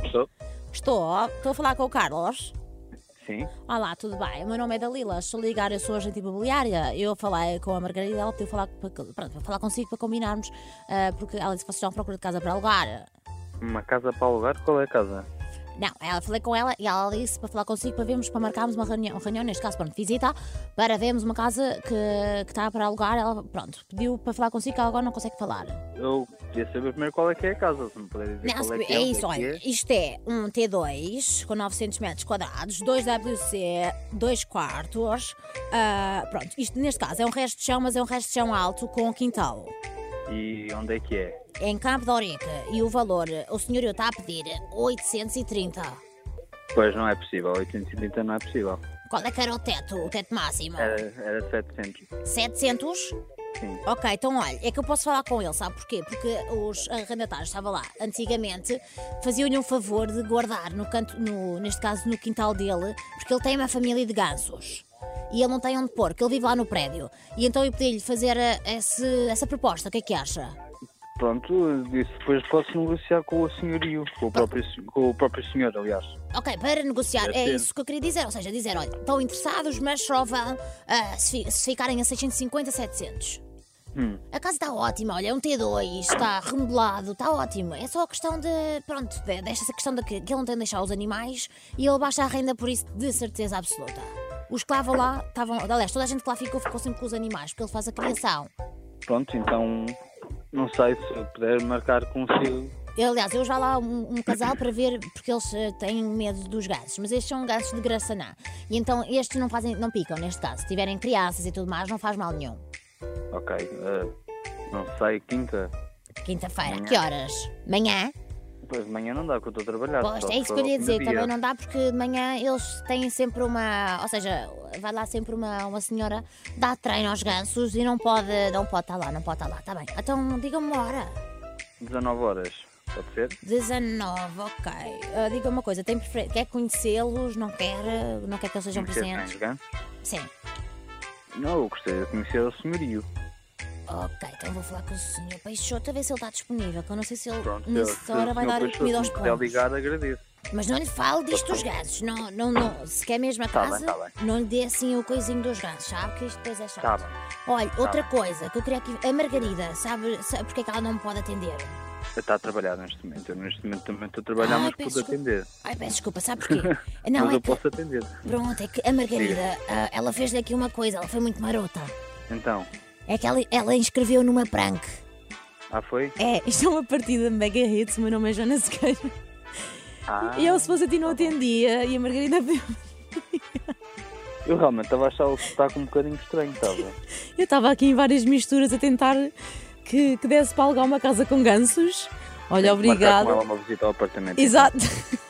Estou? Estou a falar com o Carlos. Sim. Olá, tudo bem? O meu nome é Dalila, estou a ligar, eu sou agente imobiliária. Eu falei com a Margarida, ela pediu falar, para falar consigo para combinarmos, porque ela disse que vocês estão à procura de casa para alugar. Uma casa para alugar? Qual é a casa? Não, falei com ela e ela disse para falar consigo para marcarmos uma reunião, neste caso, pronto, visita, para vermos uma casa que está para alugar. Ela, pronto, pediu para falar consigo, que ela agora não consegue falar. Eu queria saber primeiro qual é que é a casa, se me puder dizer Não, qual é que é. isso, olha, isto é um T2 com 900 metros quadrados, 2 WC, 2 quartos. Pronto, isto neste caso é um resto de chão, mas é um resto de chão alto com quintal. E onde é que é? É em Campo de Ourique e o valor, o senhorio está a pedir 830. Pois não é possível, 830 não é possível. Qual é que era o teto máximo? Era 700. 700? Sim. Ok, então olha, é que eu posso falar com ele, sabe porquê? Porque os arrendatários estavam lá antigamente, faziam-lhe um favor de guardar no canto, neste caso no quintal dele, porque ele tem uma família de gansos. E ele não tem onde pôr, porque ele vive lá no prédio. E então eu pedi-lhe fazer essa proposta, o que é que acha? Pronto, isso depois posso negociar com o senhorio, com o próprio senhor, aliás. Ok, para negociar, Deve é ser. isso que eu queria dizer, ou seja, dizer, olha, estão interessados, mas só vão se ficarem a 650, 700. A casa está ótima, olha, é um T2, está remodelado, está ótimo. É só a questão desta questão de que ele não tem de deixar os animais e ele baixa a renda por isso, de certeza absoluta. Os que estavam lá, aliás, toda a gente que lá ficou sempre com os animais, porque ele faz a criação. Pronto, então não sei se eu puder marcar consigo. Aliás, eu já lá um casal para ver, porque eles têm medo dos gansos, mas estes são gansos de Graçaná. E então estes não picam, neste caso. Se tiverem crianças e tudo mais, não faz mal nenhum. Ok, não sei, Quinta-feira, que horas? Manhã? Pois de manhã não dá, que eu estou a trabalhar. Pois, só é se isso for que eu ao ia fim do dizer, dia. também não dá porque de manhã eles têm sempre ou seja, vai lá sempre uma senhora, dá treino aos gansos e não pode estar lá, está bem. Então diga-me uma hora. 19 horas, pode ser? 19, ok. Diga-me uma coisa, tem preferência, quer conhecê-los, não quer que eles sejam Conhecer presentes? bem os gansos? Sim. Não, eu gostaria de conhecer o senhorio. Ok, então vou falar com o senhor Peixoto a ver se ele está disponível, que eu não sei se ele Pronto, nessa hora vai dar comida aos puder pobres. ligar, agradeço. Mas não lhe fale disto dos gansos, não, se quer mesmo a Tá casa, bem. não lhe dê assim o coisinho dos gansos, sabe? Que isto depois é chato. Tá bem. Olha, outra coisa que eu queria aqui, a Margarida, sabe porque é que ela não me pode atender? Está a trabalhar neste momento. Eu neste momento também estou a trabalhar, mas peço pude atender. Ai, peço desculpa, sabe porquê? Mas Não, eu posso atender. pronto, é que a Margarida, ela fez-lhe aqui uma coisa, ela foi muito marota. Então, É que ela inscreveu numa prank. foi? É, isto é uma partida de Mega Hits, o meu nome é Joana Sequeira. E eu, se fosse a ti, não atendia. E a Margarida viu. Eu realmente estava a achar o sotaque um bocadinho estranho, estava. Eu estava aqui em várias misturas a tentar que desse para alugar uma casa com gansos. Olha, Marcar com obrigada. ela uma visita ao apartamento. Exato.